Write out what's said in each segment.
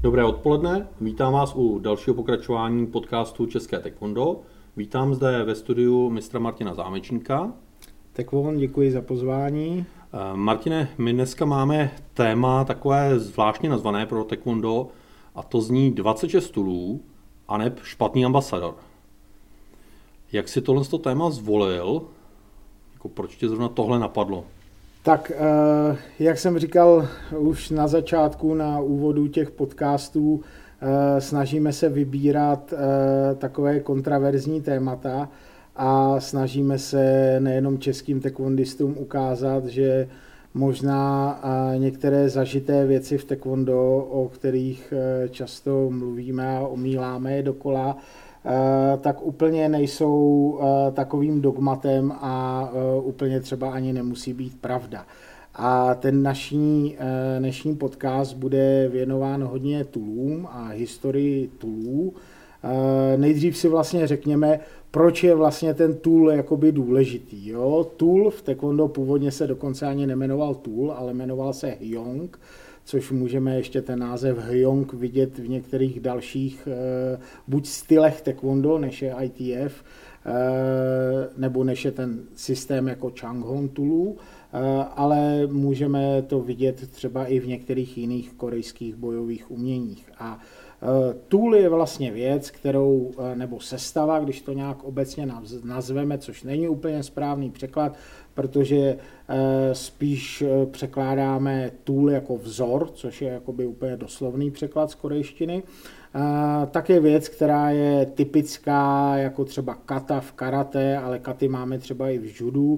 Dobré odpoledne, vítám vás u dalšího pokračování podcastu České taekwondo. Vítám zde ve studiu mistra Martina Zámečníka. Taekwondo, děkuji za pozvání. Martine, my dneska máme téma takové zvláštně nazvané pro taekwondo a to zní 26 stylů aneb špatný ambasador. Jak si tohle téma zvolil? Proč tě zrovna tohle napadlo? Tak, jak jsem říkal už na začátku, na úvodu těch podcastů, snažíme se vybírat takové kontraverzní témata a snažíme se nejenom českým taekwondistům ukázat, že možná některé zažité věci v taekwondo, o kterých často mluvíme a omíláme je dokola, tak úplně nejsou takovým dogmatem a úplně třeba ani nemusí být pravda. A ten dnešní podcast bude věnován hodně toolům a historii toolů. Nejdřív si vlastně řekněme, proč je vlastně ten tool jakoby důležitý. Jo? Tool v taekwondo původně se dokonce ani nemenoval tool, ale jmenoval se hyong, což můžeme ještě ten název hyong vidět v některých dalších buď stylech taekwondo, než je ITF, nebo než je ten systém jako Changhong toolů, ale můžeme to vidět třeba i v některých jiných korejských bojových uměních. A tool je vlastně věc, kterou, nebo sestava, když to nějak obecně nazveme, což není úplně správný překlad, protože spíš překládáme tool jako vzor, což je jakoby úplně doslovný překlad z korejštiny, tak je věc, která je typická jako třeba kata v karate, ale katy máme třeba i v judu.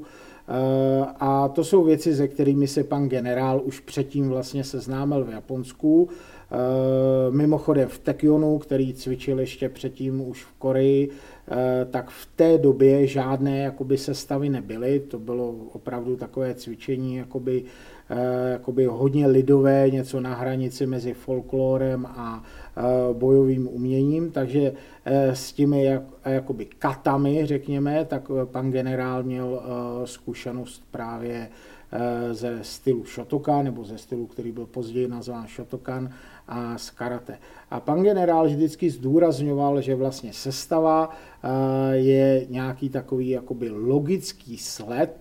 A to jsou věci, se kterými se pan generál už předtím vlastně seznámil v Japonsku. Mimochodem v Taekyonu, který cvičil ještě předtím už v Koreji, tak v té době žádné jakoby sestavy nebyly. To bylo opravdu takové cvičení jakoby hodně lidové, něco na hranici mezi folklorem a bojovým uměním, takže s těmi jakoby katami, řekněme, tak pan generál měl zkušenost právě ze stylu Shotokan, nebo ze stylu, který byl později nazván Shotokan, a z karate. A pan generál vždycky zdůrazňoval, že vlastně sestava je nějaký takový jakoby logický sled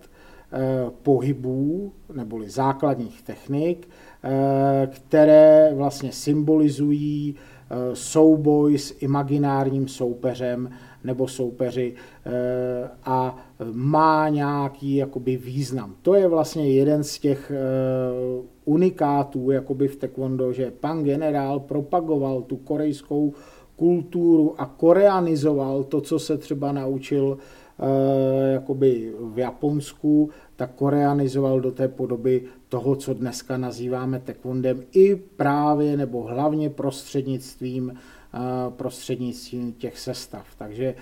pohybů neboli základních technik, které vlastně symbolizují souboj s imaginárním soupeřem nebo soupeři a má nějaký jakoby význam. To je vlastně jeden z těch unikátů jakoby v taekwondo, že pan generál propagoval tu korejskou kulturu a koreanizoval to, co se třeba naučil jakoby v Japonsku, tak koreanizoval do té podoby toho, co dneska nazýváme taekwondem, i právě nebo hlavně prostřednictvím těch sestav. Takže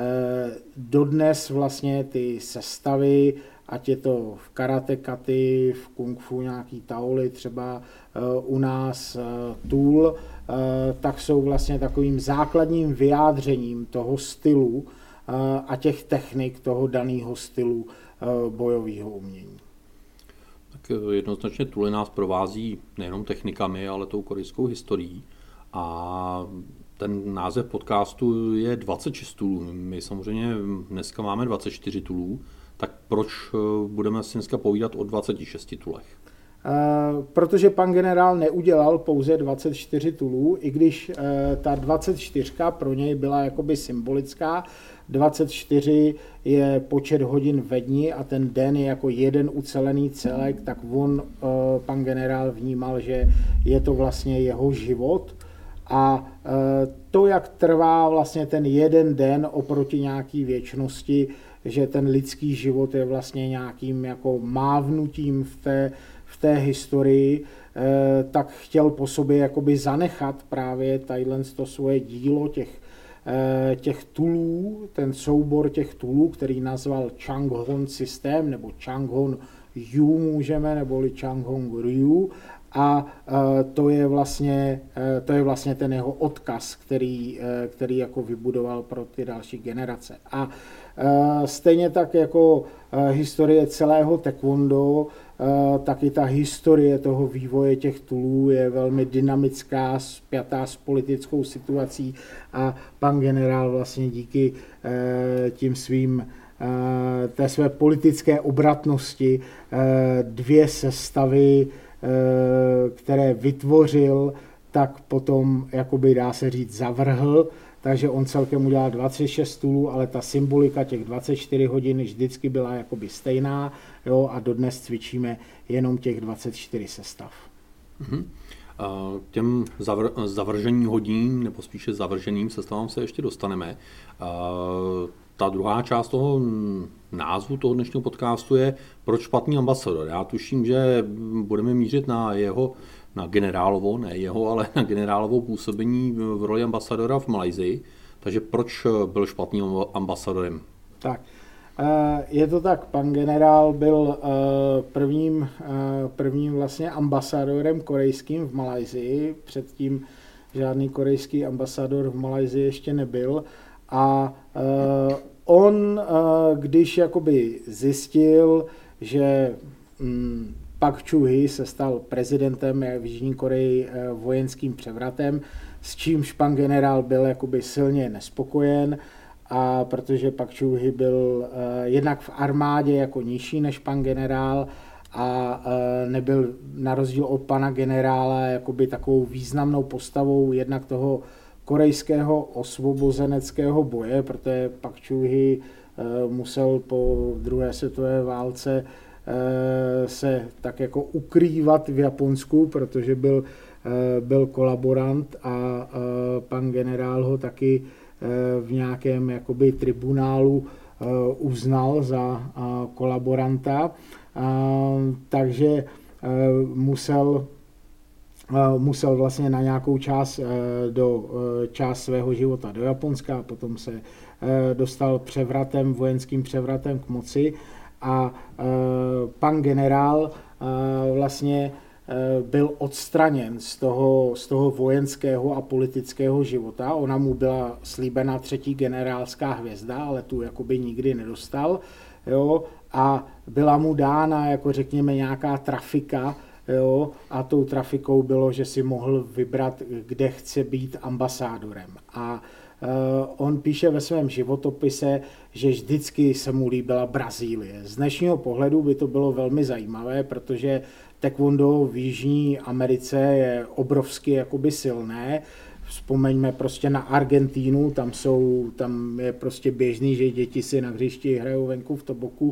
dodnes vlastně ty sestavy, ať je to v karate katy, v kung fu nějaký taoli, třeba u nás tool, tak jsou vlastně takovým základním vyjádřením toho stylu a těch technik toho daného stylu bojového umění. Tak jednoznačně Tooly nás provází nejenom technikami, ale tou korejskou historií. A ten název podcastu je 26 toolů. My samozřejmě dneska máme 24 toolů, tak proč budeme si dneska povídat o 26 toolech? Protože pan generál neudělal pouze 24 toolů, i když ta 24 pro něj byla jakoby symbolická. 24 je počet hodin ve dni a ten den je jako jeden ucelený celek, tak pan generál vnímal, že je to vlastně jeho život. A to, jak trvá vlastně ten jeden den oproti nějaký věčnosti, že ten lidský život je vlastně nějakým jako mávnutím v té historii, tak chtěl po sobě jakoby zanechat právě to svoje dílo těch toolů, ten soubor těch toolů, který nazval Changhong systém, nebo Changhong Yu můžeme, neboli Changhong Ryu, a to je vlastně ten jeho odkaz, který jako vybudoval pro ty další generace. A stejně tak jako historie celého taekwondo taky ta historie toho vývoje těch tulů je velmi dynamická, spjatá s politickou situací a pan generál vlastně díky tím svým té své politické obratnosti dvě sestavy, které vytvořil, tak potom, jakoby dá se říct, zavrhl, takže on celkem udělal 26 tulů, ale ta symbolika těch 24 hodin vždycky byla jakoby stejná, jo, a dodnes cvičíme jenom těch 24 sestav. Mm-hmm. Těm zavržení hodin, nebo spíše zavrženým sestavám se ještě dostaneme. Ta druhá část toho názvu toho dnešního podcastu je Proč špatný ambasador. Já tuším, že budeme mířit na generálovo, ne jeho, ale na generálovo působení v roli ambasadora v Malajsii. Takže proč byl špatným ambasadorem? Tak, je to tak, pan generál byl prvním vlastně ambasadorem korejským v Malajsii. Předtím žádný korejský ambasador v Malajsii ještě nebyl. A on, když jakoby zjistil, že Pak Chung-hee se stal prezidentem v Jižní Koreji vojenským převratem, s čímž pan generál byl jakoby silně nespokojen, a protože Pak Chung-hee byl jednak v armádě jako nižší než pan generál a nebyl na rozdíl od pana generála jakoby takovou významnou postavou jednak toho korejského osvobozeneckého boje, protože Pak Chung-hee musel po druhé světové válce se tak jako ukrývat v Japonsku, protože byl kolaborant a pan generál ho taky v nějakém jakoby tribunálu uznal za kolaboranta, takže musel vlastně na nějakou část svého života do Japonska, potom se dostal vojenským převratem k moci a pan generál vlastně byl odstraněn z toho vojenského a politického života. Ona mu byla slíbena 3. generálská hvězda, ale tu jakoby nikdy nedostal. Jo? A byla mu dána, jako řekněme, nějaká trafika, jo? A tou trafikou bylo, že si mohl vybrat, kde chce být ambasádorem. A on píše ve svém životopise, že vždycky se mu líbila Brazílie. Z dnešního pohledu by to bylo velmi zajímavé, protože taekwondo v Jižní Americe je obrovsky jakoby silné. Vzpomeňme prostě na Argentínu, tam je prostě běžný, že děti si na hřišti hrajou venku v toboku,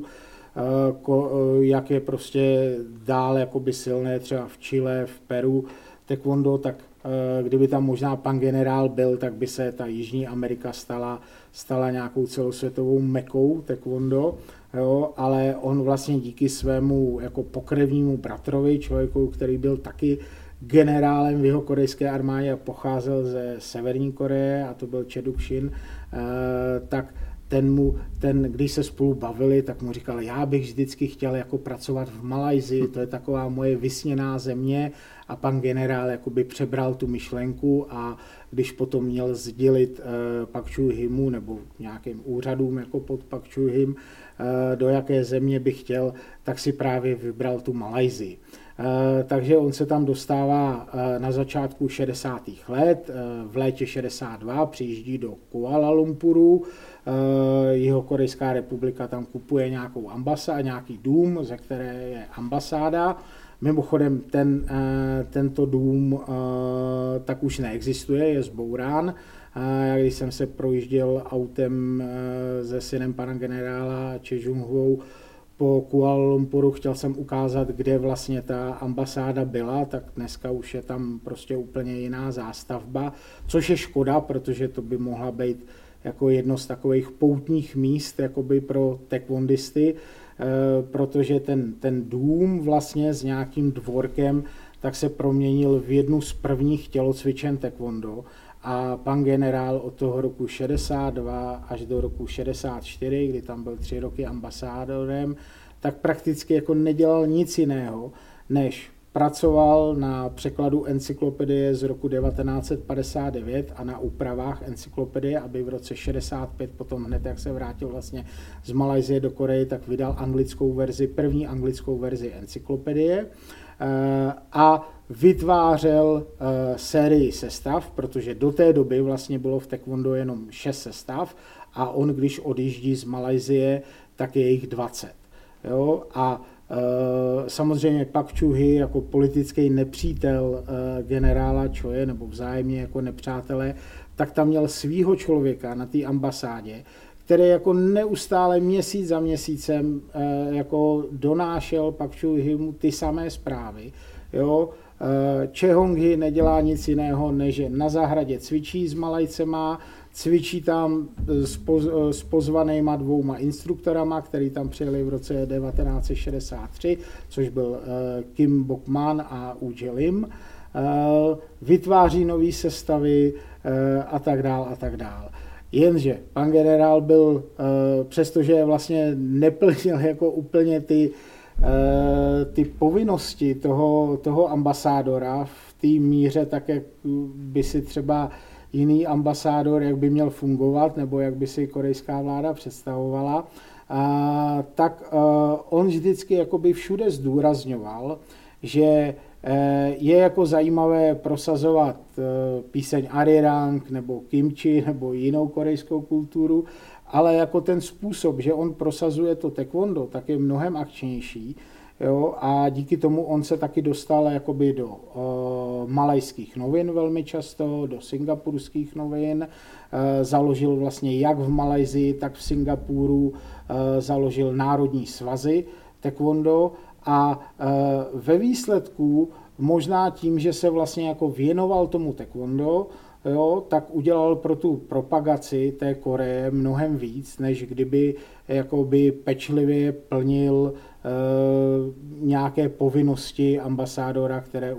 jak je prostě dál jakoby silné třeba v Chile, v Peru taekwondo, tak kdyby tam možná pan generál byl, tak by se ta Jižní Amerika stala nějakou celosvětovou mekou taekwondo, jo, ale on vlastně díky svému jako pokrevnímu bratrovi, člověku, který byl taky generálem v jeho korejské armádě a pocházel ze Severní Koreje, a to byl Che Duk-shin, tak když se spolu bavili, tak mu říkal, já bych vždycky chtěl jako pracovat v Malajsii, to je taková moje vysněná země, a pan generál jakoby přebral tu myšlenku, a když potom měl sdělit Pak Chung-heemu nebo nějakým úřadům jako pod Pak Chung-heem, do jaké země by chtěl, tak si právě vybral tu Malajsii. Takže on se tam dostává na začátku 60. let, v létě 62 přijíždí do Kuala Lumpuru, Jihokorejská republika tam kupuje nějakou nějaký dům, ze které je ambasáda. Mimochodem tento dům tak už neexistuje, je zbourán. Já když jsem se projížděl autem se synem pana generála Che Jung-hou po Kuala Lumpuru, chtěl jsem ukázat, kde vlastně ta ambasáda byla, tak dneska už je tam prostě úplně jiná zástavba, což je škoda, protože to by mohla být jako jedno z takových poutních míst jakoby pro taekwondisty, protože ten dům vlastně s nějakým dvorkem tak se proměnil v jednu z prvních tělocvičen taekwondo, a pan generál od toho roku 62 až do roku 64, kdy tam byl 3 roky ambasádorem, tak prakticky jako nedělal nic jiného, než pracoval na překladu encyklopedie z roku 1959 a na úpravách encyklopedie, aby v roce 65 potom hned, jak se vrátil vlastně z Malajsie do Koreje, tak vydal anglickou verzi, první anglickou verzi encyklopedie a vytvářel sérii sestav, protože do té doby vlastně bylo v taekwondo jenom 6 sestav a on, když odjíždí z Malajsie, tak je jich 20. Jo? A samozřejmě Pak Chung-hee jako politický nepřítel generála Choje, nebo vzájemně jako nepřátelé, tak tam měl svýho člověka na té ambasádě, který jako neustále měsíc za měsícem jako donášel Pak Chung-heemu ty samé zprávy. Jo? Chae Hong-hee nedělá nic jiného, než že na zahradě cvičí s Malajcema, cvičí tam s pozvanýma 2 instruktorama, který tam přijeli v roce 1963, což byl Kim Bok-man a Woo Jae-lim. Vytváří nové sestavy a tak dál a tak dál. Jenže pan generál byl, přestože vlastně neplnil jako úplně ty povinnosti toho ambasádora v té míře, tak jak by si třeba jiný ambasádor, jak by měl fungovat, nebo jak by si korejská vláda představovala, tak on vždycky jakoby všude zdůrazňoval, že je jako zajímavé prosazovat píseň Arirang nebo kimchi nebo jinou korejskou kulturu, ale jako ten způsob, že on prosazuje to taekwondo, tak je mnohem akčnější. Jo, a díky tomu on se taky dostal jakoby do malajských novin velmi často, do singapurských novin, založil vlastně jak v Malajsii, tak v Singapuru, založil národní svazy taekwondo a ve výsledku možná tím, že se vlastně jako věnoval tomu taekwondo, jo, tak udělal pro tu propagaci té Koreje mnohem víc, než kdyby jakoby pečlivě plnil nějaké povinnosti ambasádora, které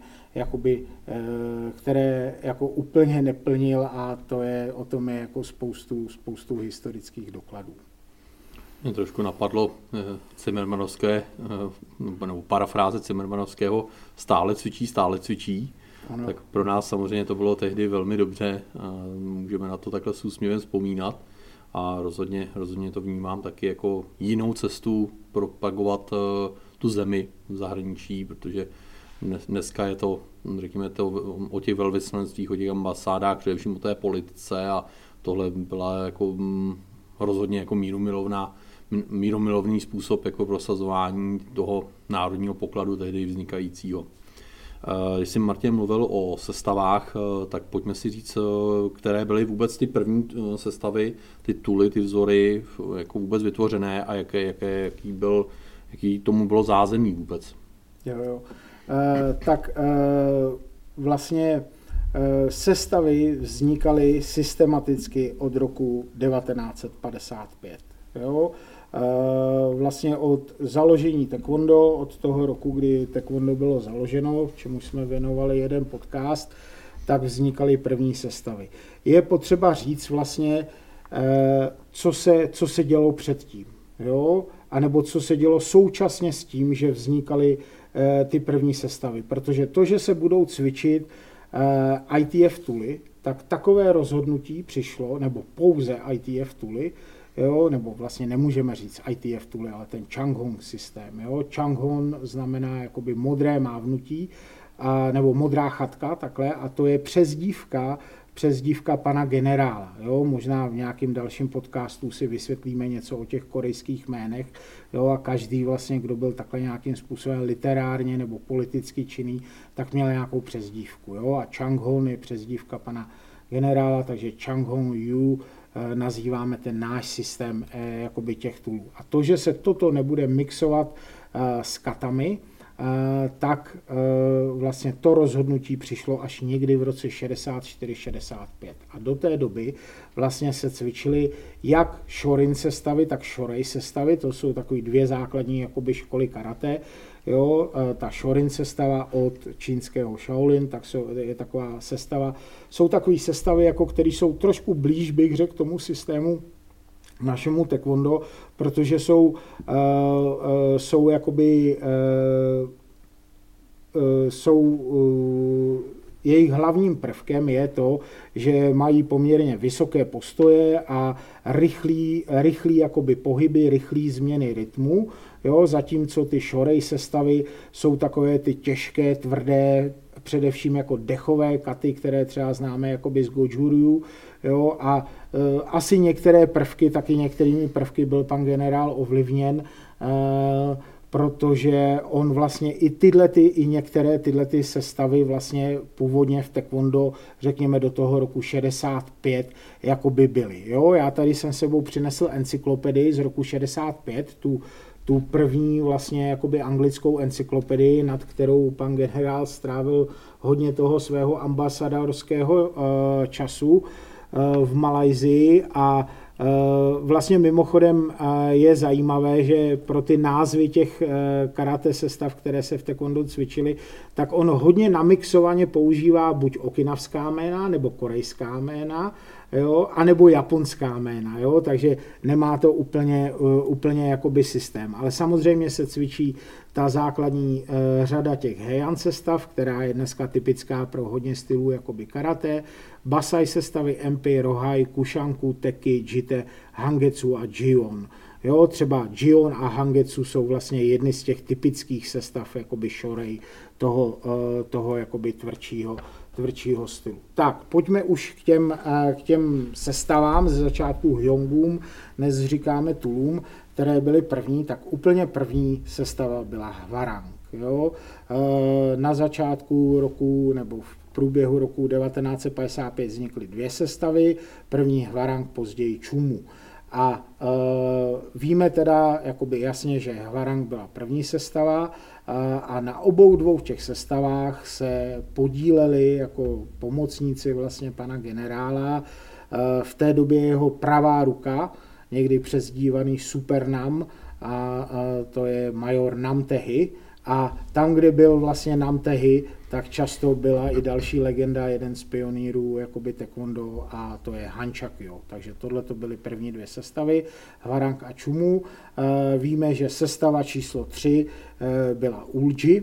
jako úplně neplnil, a o tom je jako spoustu historických dokladů. Mě trošku napadlo Cimrmanovské, nebo parafráze Cimrmanovského stále cvičí. Ano. Tak pro nás samozřejmě to bylo tehdy velmi dobře, můžeme na to takhle s úsměvem vzpomínat a rozhodně to vnímám taky jako jinou cestu propagovat tu zemi v zahraničí, protože dneska je to, řekněme, o těch velvyslanectvích, o těch ambasádách, především o té politice, a tohle byla jako rozhodně jako mírumilovný způsob jako prosazování toho národního pokladu tehdy vznikajícího. Když jsi, Martin, mluvil o sestavách, tak pojďme si říct, které byly vůbec ty první sestavy, ty tuly, ty vzory jako vůbec vytvořené a jaký tomu bylo zázemí vůbec. Jo. Vlastně sestavy vznikaly systematicky od roku 1955. Jo? Vlastně od založení taekwondo, od toho roku, kdy taekwondo bylo založeno, čemu jsme věnovali jeden podcast, tak vznikaly první sestavy. Je potřeba říct vlastně, co se dělo předtím, jo? A nebo co se dělo současně s tím, že vznikaly ty první sestavy. Protože to, že se budou cvičit ITF tuly, tak takové rozhodnutí přišlo, nebo pouze ITF tuly, jo, nebo vlastně nemůžeme říct ITF tuly, ale ten Changhong systém. Jo. Changhong znamená jakoby modré mávnutí, nebo modrá chatka, takhle, a to je přezdívka pana generála. Jo. Možná v nějakém dalším podcastu si vysvětlíme něco o těch korejských jménech, jo, a každý vlastně, kdo byl takhle nějakým způsobem literárně nebo politicky činný, tak měl nějakou přezdívku. Jo. A Changhong je přezdívka pana generála, takže Changhong Yu nazýváme ten náš systém jakoby těch tulů. A to, že se toto nebude mixovat s katami, tak vlastně to rozhodnutí přišlo až někdy v roce 64-65. A do té doby vlastně se cvičily jak Shorin sestavy, tak Shorei sestavy, to jsou takové 2 základní jakoby školy karate. Jo, ta Shorin sestava od čínského Shaolin, tak je taková sestava. Jsou takové sestavy, jako které jsou trošku blíž, bych řekl, k tomu systému našemu taekwondo, protože jsou jakoby jejich hlavním prvkem je to, že mají poměrně vysoké postoje a rychlý jakoby pohyby, rychlý změny rytmu, jo, zatímco ty šorej sestavy jsou takové ty těžké, tvrdé, především jako dechové katy, které třeba známe jakoby z Goju-ryu, jo, a asi některé prvky, taky některými prvky byl pan generál ovlivněn, protože on vlastně i některé tyhle sestavy vlastně původně v taekwondo, řekněme do toho roku 65, jakoby byly. Jo? Já tady jsem sebou přinesl encyklopedii z roku 65, tu první vlastně jakoby anglickou encyklopedii, nad kterou pan generál strávil hodně toho svého ambasadorského času v Malajsii a vlastně mimochodem je zajímavé, že pro ty názvy těch karate sestav, které se v taekwondo cvičily, tak on hodně namixovaně používá buď okinavská jména, nebo korejská jména, jo, anebo japonská jména, jo, takže nemá to úplně jakoby systém. Ale samozřejmě se cvičí ta základní řada těch heian sestav, která je dneska typická pro hodně stylů jakoby karate, basai sestavy, empy, rohai, kushanku, teki, jite, hangetsu a jion. Jo, třeba jion a hangetsu jsou vlastně jedny z těch typických sestav jakoby shorej toho jakoby tvrdšího stylu. Tak, pojďme už k těm sestavám, ze začátku hyongům, dnes říkáme tulům, které byly první, tak úplně první sestava byla hwarang. Jo? Na začátku roku nebo v průběhu roku 1955 vznikly dvě sestavy, první hwarang, později čumu. A víme teda jakoby jasně, že hwarang byla první sestava a na obou dvou těch sestavách se podíleli jako pomocníci vlastně pana generála, v té době jeho pravá ruka, někdy přezdívaný Super Nam, a to je major Namtehy. A tam, kde byl vlastně Namtehy, tak často byla i další legenda, jeden z pionýrů jakoby taekwondo, a to je Han Chak-jo. Takže tohle to byly první dvě sestavy, hwarang a čumu. Víme, že sestava číslo 3 byla Ulji.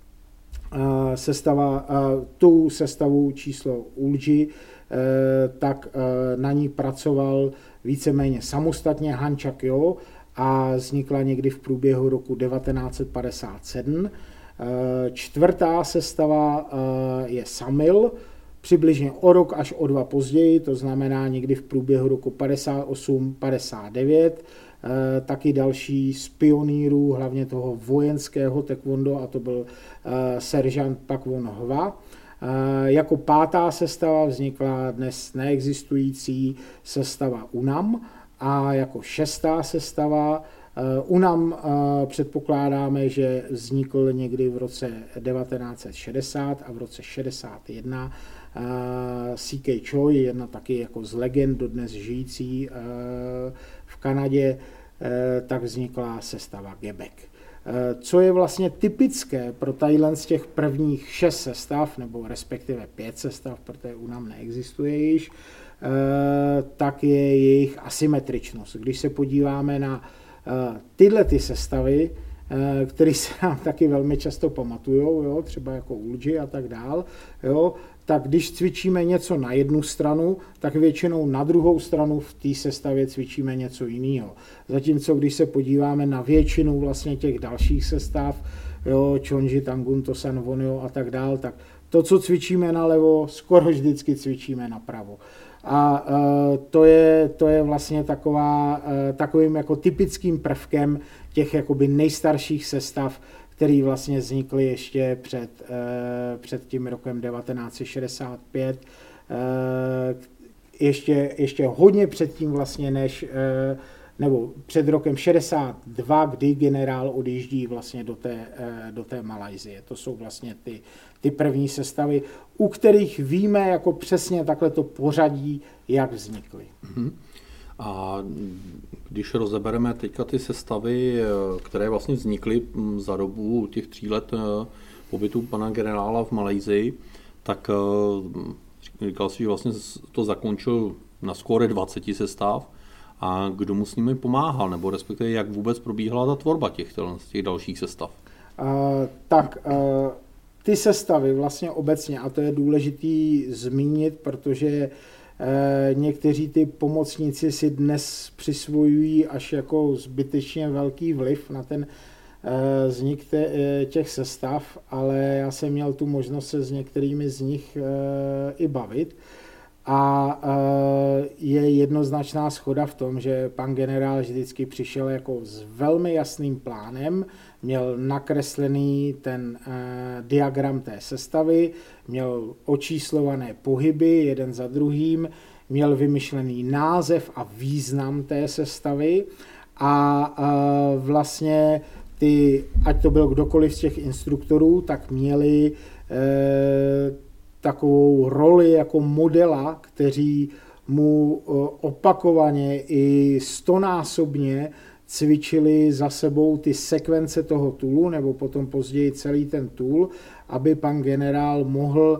Tu sestavu číslo Ulji, tak na ní pracoval víceméně samostatně Han Chak-jo a vznikla někdy v průběhu roku 1957. Čtvrtá sestava je Samil, přibližně o rok až o 2 později, to znamená někdy v průběhu roku 58-59. Taky další z pionýrů, hlavně toho vojenského taekwondo, a to byl seržant Pak Won Hwa. Jako pátá sestava vznikla dnes neexistující sestava UNAM a jako šestá sestava UNAM předpokládáme, že vznikl někdy v roce 1960 a v roce 61 C.K. Choi, jedna taky jako z legend dodnes žijící v Kanadě, tak vznikla sestava Gebek. Co je vlastně typické pro tadyhle z těch prvních 6 sestav, nebo respektive 5 sestav, protože UNAM neexistuje již, tak je jejich asymetričnost. Když se podíváme na tyhle ty sestavy, které se nám taky velmi často pamatujou, jo, třeba jako Ulji a tak dál, jo, tak když cvičíme něco na jednu stranu, tak většinou na druhou stranu v té sestavě cvičíme něco jiného. Zatímco když se podíváme na většinu vlastně těch dalších sestav, jo, Chonji, Tangun, Tosan, Wonjo a tak dál, tak to, co cvičíme nalevo, skoro vždycky cvičíme napravo. A to je vlastně takovým jako typickým prvkem těch jakoby nejstarších sestav, který vlastně vznikly ještě před tím rokem 1965, ještě hodně předtím vlastně nebo před rokem 62, kdy generál odjíždí vlastně do té Malajsie. To jsou vlastně ty první sestavy, u kterých víme jako přesně takhle to pořadí, jak vznikly. A když rozebereme teďka ty sestavy, které vlastně vznikly za dobu těch 3 let pobytu pana generála v Malajsii, tak říkal si, že vlastně to zakončil na skóre 20 sestav. A kdo mu s nimi pomáhal, nebo respektive jak vůbec probíhala ta tvorba těch dalších sestav? ty sestavy vlastně obecně, a to je důležitý zmínit, protože někteří ty pomocníci si dnes přisvojují až jako zbytečně velký vliv na ten vznik těch sestav, ale já jsem měl tu možnost se s některými z nich i bavit. A je jednoznačná shoda v tom, že pan generál vždycky přišel jako s velmi jasným plánem, měl nakreslený ten diagram té sestavy, měl očíslované pohyby jeden za druhým, měl vymyšlený název a význam té sestavy a vlastně ať to byl kdokoliv z těch instruktorů, tak měli takovou roli jako modela, kteří mu opakovaně i 100násobně cvičili za sebou ty sekvence toho toolu, nebo potom později celý ten tool, aby pan generál mohl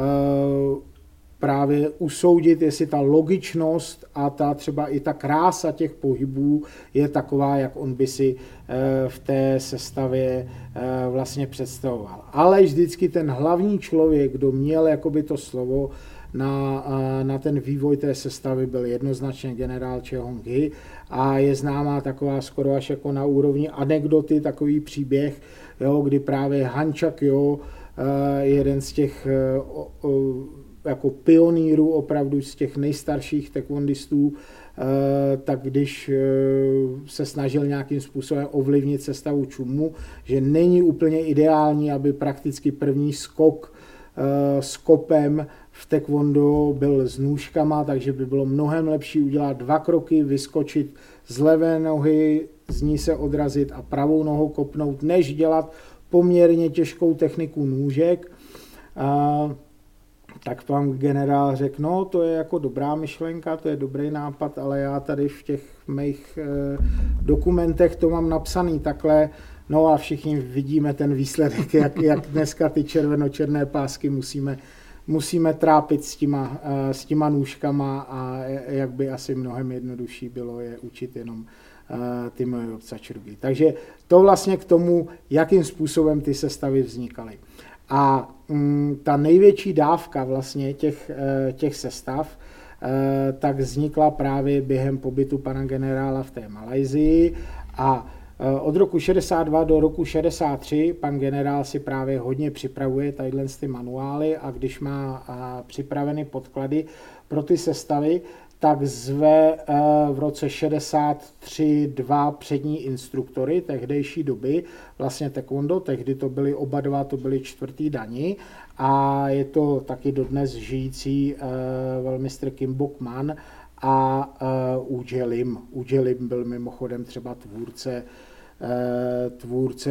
právě usoudit, jestli ta logičnost a třeba i ta krása těch pohybů je taková, jak on by si v té sestavě vlastně představoval. Ale vždycky ten hlavní člověk, kdo měl jakoby to slovo na ten vývoj té sestavy, byl jednoznačně generál Che Hong-hi a je známá taková skoro až jako na úrovni anekdoty, takový příběh, jo, kdy právě Han Chak-jo, jeden z těch jako pionýrů opravdu z těch nejstarších taekwondistů, tak když se snažil nějakým způsobem ovlivnit sestavu čumu, že není úplně ideální, aby prakticky první skok s kopem v taekwondo byl s nůžkama, takže by bylo mnohem lepší udělat 2 kroky, vyskočit z levé nohy, z ní se odrazit a pravou nohou kopnout, než dělat poměrně těžkou techniku nůžek. Tak pan generál řekl, no to je jako dobrá myšlenka, to je dobrý nápad, ale já tady v těch mých dokumentech to mám napsaný takhle, no a všichni vidíme ten výsledek, jak dneska ty červeno-černé pásky musíme trápit s těma nůžkama a jak by asi mnohem jednodušší bylo je učit jenom ty moje obcačrugy. Takže to vlastně k tomu, jakým způsobem ty sestavy vznikaly. A ta největší dávka vlastně těch sestav tak vznikla právě během pobytu pana generála v té Malajsii a od roku 62 do roku 63 pan generál si právě hodně připravuje tadyhle ty manuály a když má připraveny podklady pro ty sestavy, tak zve v roce 63 2 přední instruktory tehdejší doby, vlastně taekwondo, tehdy to byli oba dva, to byli 4. dani a je to taky dodnes žijící velmistr Kim Bok-man a Uje Lim. Uje Lim byl mimochodem třeba tvůrce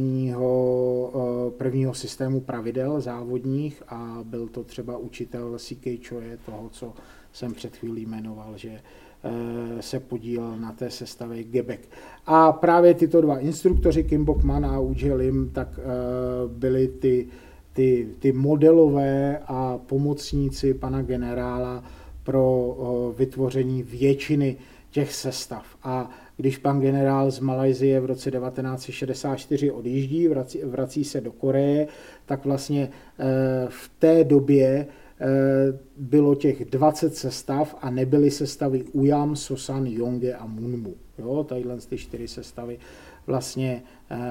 prvního systému pravidel závodních a byl to třeba učitel C.K. Choje, toho, co jsem před chvílí jmenoval, že se podílel na té sestavě Gebek. A právě tyto 2 instruktoři, Kim Bok-man a Uje Lim, tak byli ty modelové a pomocníci pana generála pro vytvoření většiny těch sestav. A když pan generál z Malajsie v roce 1964 odjíždí, vrací se do Koreje, tak vlastně v té době bylo těch 20 sestav a nebyly sestavy Ujam, Sosan, Yonge a Munmu. Jo, tadyhle ty 4 sestavy vlastně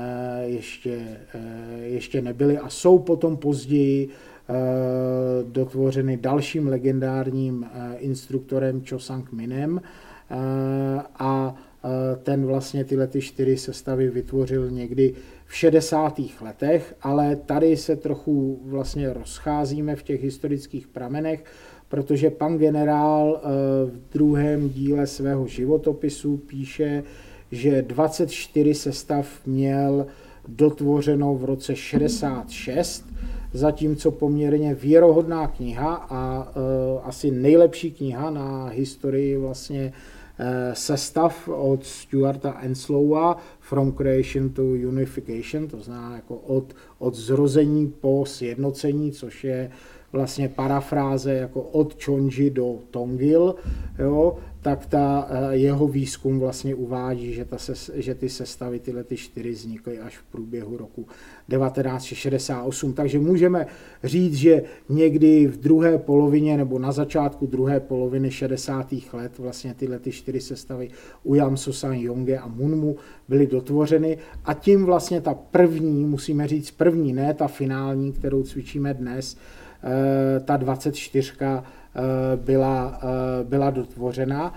ještě nebyly a jsou potom později dotvořeny dalším legendárním instruktorem Cho Sang-minem a ten vlastně tyhle 4 sestavy vytvořil někdy v 60. letech, ale tady se trochu vlastně rozcházíme v těch historických pramenech, protože pan generál v 2. díle svého životopisu píše, že 24 sestav měl dotvořeno v roce 66, zatímco poměrně věrohodná kniha a asi nejlepší kniha na historii vlastně sestav od Stuarta Enslowa From Creation to Unification, to znamená jako od zrození po sjednocení, což je vlastně parafráze jako od Chonji do Tongil, jo, tak jeho výzkum vlastně uvádí, že ty sestavy, tyhle 4 vznikly až v průběhu roku 1968. Takže můžeme říct, že někdy v druhé polovině nebo na začátku druhé poloviny 60. let vlastně tyhle 4 sestavy Ulam, Sosan, Yonge a Munmu byly dotvořeny a tím vlastně ta první, musíme říct první, ne ta finální, kterou cvičíme dnes, ta 24 byla dotvořena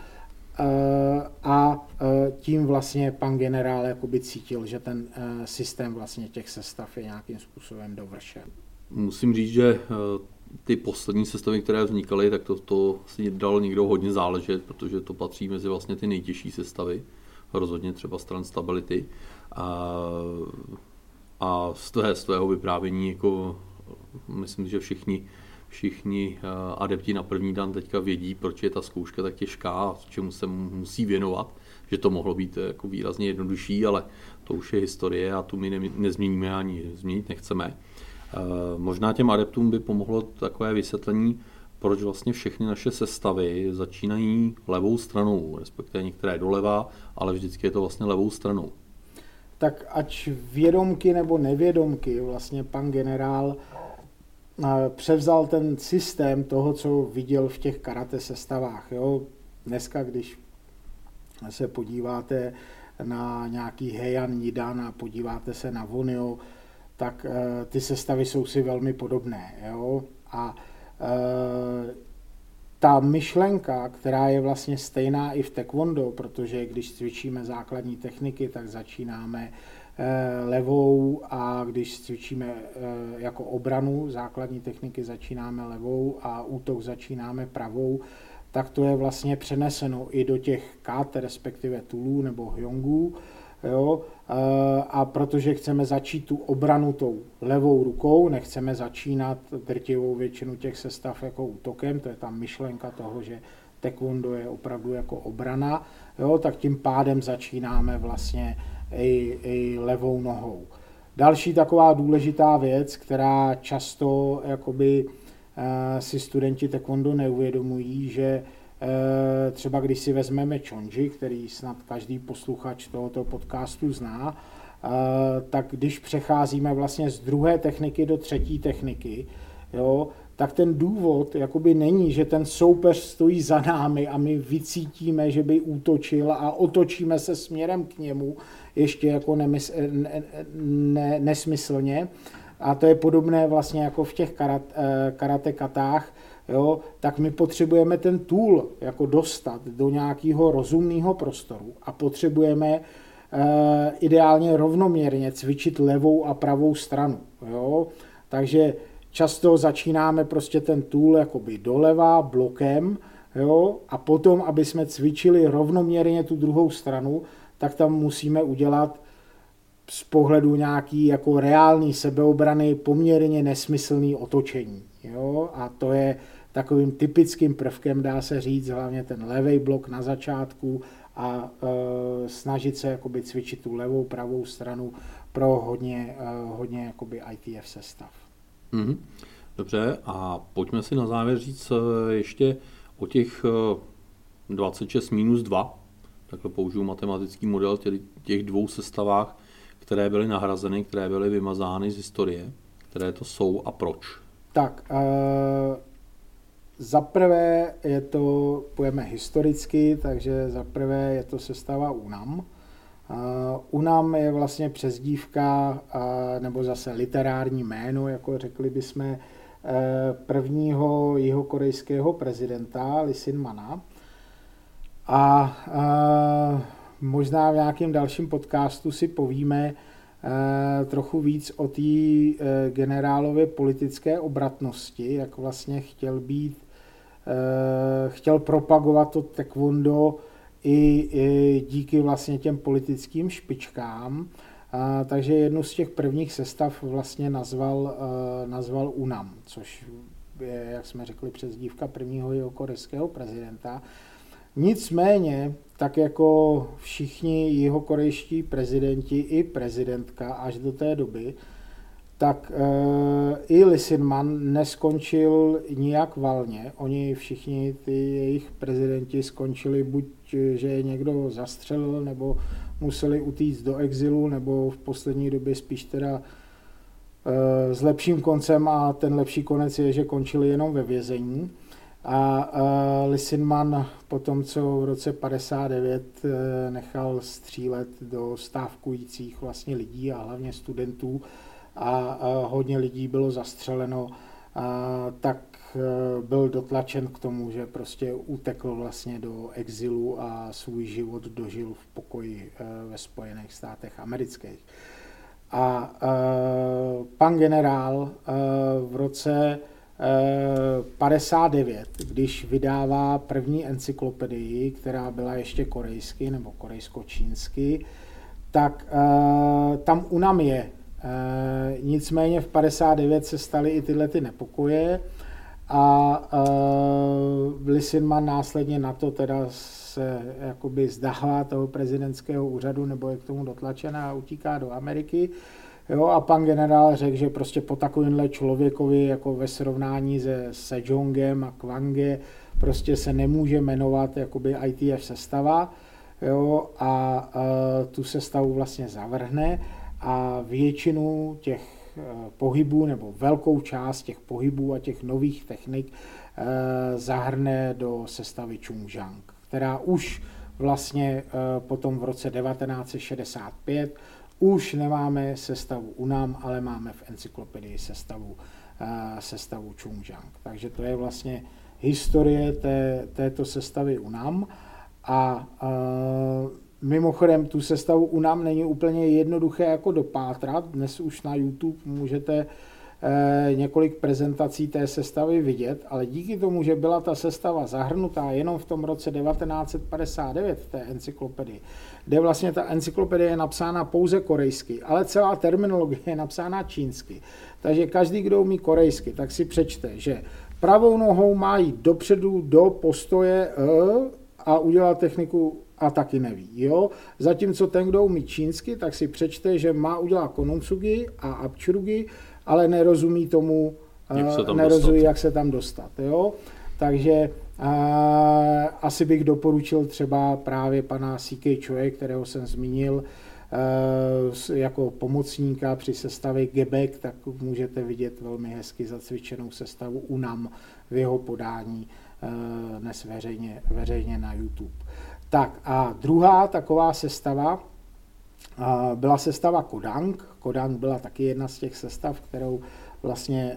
a tím vlastně pan generál jakoby cítil, že ten systém vlastně těch sestav je nějakým způsobem dovršen. Musím říct, že ty poslední sestavy, které vznikaly, tak to si dal někdo hodně záležet, protože to patří mezi vlastně ty nejtěžší sestavy, rozhodně třeba stran Stability. A z tvého vyprávění jako myslím, že všichni adepti na první dan teďka vědí, proč je ta zkouška tak těžká a čemu se musí věnovat, že to mohlo být jako výrazně jednodušší, ale to už je historie a tu my nezměníme ani změnit nechceme. Možná těm adeptům by pomohlo takové vysvětlení, proč vlastně všechny naše sestavy začínají levou stranou, respektive některé doleva, ale vždycky je to vlastně levou stranou. Tak ať vědomky nebo nevědomky, vlastně pan generál převzal ten systém toho, co viděl v těch karate sestavách. Jo? Dneska, když se podíváte na nějaký Heian Nidan a podíváte se na Wonyo, tak ty sestavy jsou si velmi podobné. Jo? A ta myšlenka, která je vlastně stejná i v taekwondo, protože když cvičíme základní techniky, tak začínáme levou a když cvičíme jako obranu základní techniky, začínáme levou a útok začínáme pravou, tak to je vlastně přeneseno i do těch kate, respektive tulů nebo hyongů. Jo? A protože chceme začít tu obranu tou levou rukou, nechceme začínat drtivou většinu těch sestav jako útokem, to je ta myšlenka toho, že taekwondo je opravdu jako obrana, jo? Tak tím pádem začínáme vlastně i levou nohou. Další taková důležitá věc, která často jakoby si studenti taekwondo neuvědomují, že třeba když si vezmeme Chonji, který snad každý posluchač tohoto podcastu zná, tak když přecházíme vlastně z druhé techniky do třetí techniky, jo, tak ten důvod jakoby není, že ten soupeř stojí za námi a my vycítíme, že by útočil a otočíme se směrem k němu ještě jako nesmyslně. A to je podobné vlastně jako v těch karate katách, jo, tak my potřebujeme ten tool jako dostat do nějakého rozumného prostoru a potřebujeme ideálně rovnoměrně cvičit levou a pravou stranu. Jo. Takže často začínáme prostě ten tool jakoby doleva blokem, jo, a potom, aby jsme cvičili rovnoměrně tu druhou stranu, tak tam musíme udělat z pohledu nějaký jako reálný sebeobrany poměrně nesmyslný otočení. Jo? A to je takovým typickým prvkem, dá se říct, hlavně ten levý blok na začátku a snažit se jakoby cvičit tu levou, pravou stranu pro hodně jakoby ITF sestav. Mm-hmm. Dobře, a pojďme si na závěr říct ještě o těch 26 minus 2, takhle použiju matematický model těch dvou sestavách, které byly nahrazeny, které byly vymazány z historie, které to jsou a proč? Tak, zaprvé je to, pojeme historicky, takže zaprvé je to sestava Unam. Unam je vlastně přezdívka, nebo zase literární jméno, jako řekli bychom, prvního jihokorejského prezidenta Lee Sin-mana. A možná v nějakém dalším podcastu si povíme trochu víc o té generálově politické obratnosti, jak vlastně chtěl propagovat to taekwondo i díky vlastně těm politickým špičkám. Takže jednu z těch prvních sestav vlastně nazval Unam, což je, jak jsme řekli, přezdívka prvního jihokorejského prezidenta. Nicméně, tak jako všichni jihokorejští prezidenti i prezidentka až do té doby, tak i Lisinman neskončil nijak valně. Oni všichni, ty jejich prezidenti, skončili buď, že je někdo zastřelil, nebo museli utíct do exilu, nebo v poslední době spíš teda s lepším koncem, a ten lepší konec je, že končili jenom ve vězení. A Lisinman po tom, co v roce 59 nechal střílet do stávkujících vlastně lidí a hlavně studentů a hodně lidí bylo zastřeleno, tak byl dotlačen k tomu, že prostě utekl vlastně do exilu a svůj život dožil v pokoji ve Spojených státech amerických. A pan generál v roce 59, když vydává první encyklopedii, která byla ještě korejsky nebo korejsko-čínsky, tak tam UNAM je. Nicméně v 59 se staly i tyhle ty nepokoje a Lisinman následně na to teda se jakoby zdává toho prezidentského úřadu nebo je k tomu dotlačená a utíká do Ameriky. Jo, a pan generál řekl, že prostě po takovémhle člověkovi jako ve srovnání se Sejongem a Kwange prostě se nemůže jmenovat jakoby ITF sestava, jo, a tu sestavu vlastně zavrhne a většinu těch pohybů nebo velkou část těch pohybů a těch nových technik zahrne do sestavy Čungžang, která už vlastně potom v roce 1965 už nemáme sestavu UNAM, ale máme v encyklopedii sestavu Čungžang. Takže to je vlastně historie této sestavy UNAM a mimochodem tu sestavu UNAM není úplně jednoduché jako dopátrat. Dnes už na YouTube můžete několik prezentací té sestavy vidět, ale díky tomu, že byla ta sestava zahrnutá jenom v tom roce 1959 v té encyklopedii, kde vlastně ta encyklopedie je napsána pouze korejsky, ale celá terminologie je napsána čínsky. Takže každý, kdo umí korejsky, tak si přečte, že pravou nohou má jít dopředu do postoje a udělat techniku a taky neví. Jo? Zatímco ten, kdo umí čínsky, tak si přečte, že má udělat kononsugi a apchurugi, ale nerozumí tomu, jak se tam dostat. Jo? Takže asi bych doporučil třeba právě pana C.K. Choe, kterého jsem zmínil, jako pomocníka při sestavě Gebek, tak můžete vidět velmi hezky zacvičenou sestavu UNAM v jeho podání dnes veřejně na YouTube. Tak a druhá taková sestava byla sestava Kodang. Kodang byla taky jedna z těch sestav, kterou vlastně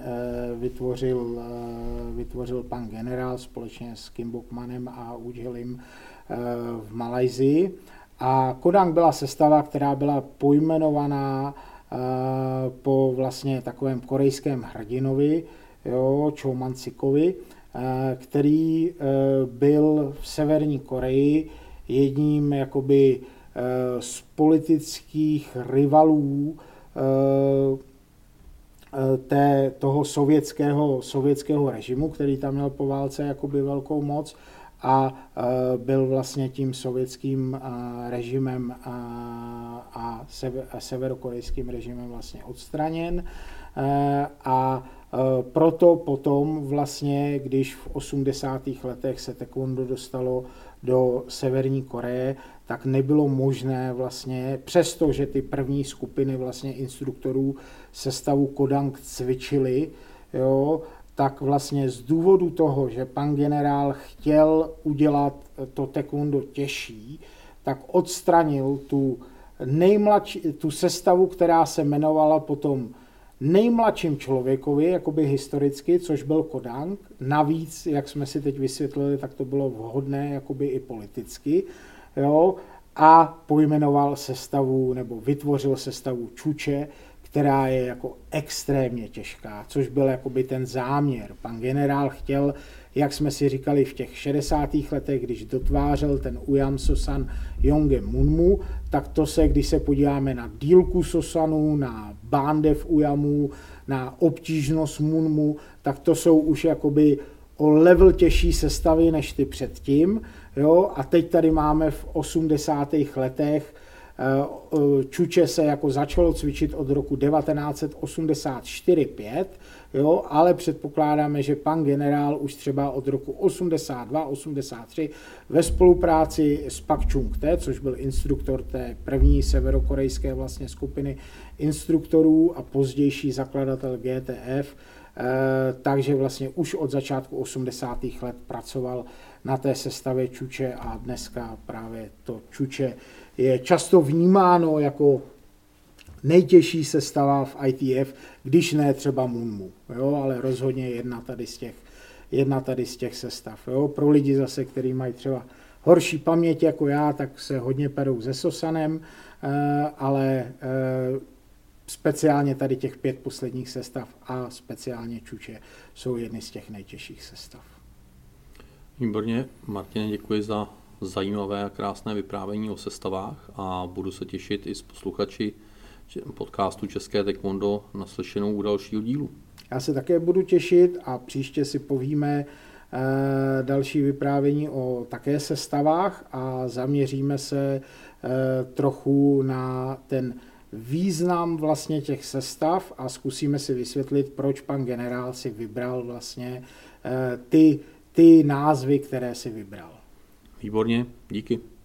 vytvořil pan generál společně s Kim Bokmanem a Ujhelim v Malajsii. A Kodang byla sestava, která byla pojmenovaná po vlastně takovém korejském hrdinovi, jo, Cho Man-sikovi, který byl v Severní Koreji jedním jakoby z politických rivalů toho sovětského režimu, který tam měl po válce jakoby velkou moc a byl vlastně tím sovětským režimem a severokorejským režimem vlastně odstraněn. A proto potom vlastně, když v 80. letech se taekwondo dostalo do Severní Koreje, tak nebylo možné vlastně, přestože ty první skupiny vlastně instruktorů sestavu Kodang cvičili, jo, tak vlastně z důvodu toho, že pan generál chtěl udělat to taekwondo těžší, tak odstranil tu sestavu, která se jmenovala potom nejmladším člověkovi, jakoby historicky, což byl Kodang. Navíc, jak jsme si teď vysvětlili, tak to bylo vhodné jakoby i politicky. Jo? A pojmenoval sestavu, nebo vytvořil sestavu Čuče, která je jako extrémně těžká, což byl jakoby ten záměr. Pan generál chtěl, jak jsme si říkali v těch 60. letech, když dotvářel ten Uyam Sosan Yongem Munmu, tak to se, když se podíváme na dílku Sosanu, na bándev Uyamu, na obtížnost Munmu, tak to jsou už jakoby o level těžší sestavy než ty předtím. Jo? A teď tady máme v 80. letech Čuče se jako začalo cvičit od roku 1984-5, jo, ale předpokládáme, že pan generál už třeba od roku 82-83 ve spolupráci s Pak Chung-tae, což byl instruktor té první severokorejské vlastně skupiny instruktorů a pozdější zakladatel GTF, takže vlastně už od začátku 80. let pracoval na té sestavě Čuče a dneska právě to Čuče je často vnímáno jako nejtěžší sestava v ITF, když ne třeba Munmu, jo, ale rozhodně jedna tady z těch sestav. Jo. Pro lidi zase, kteří mají třeba horší paměť jako já, tak se hodně perou se Sosanem, ale speciálně tady těch 5 posledních sestav a speciálně Čuče jsou jedny z těch nejtěžších sestav. Výborně, Martine, děkuji za zajímavé a krásné vyprávění o sestavách a budu se těšit i s posluchači podcastu České taekwondo na slyšenou u dalšího dílu. Já se také budu těšit a příště si povíme další vyprávění o také sestavách a zaměříme se trochu na ten význam vlastně těch sestav a zkusíme si vysvětlit, proč pan generál si vybral vlastně ty názvy, které si vybral. Výborně, díky.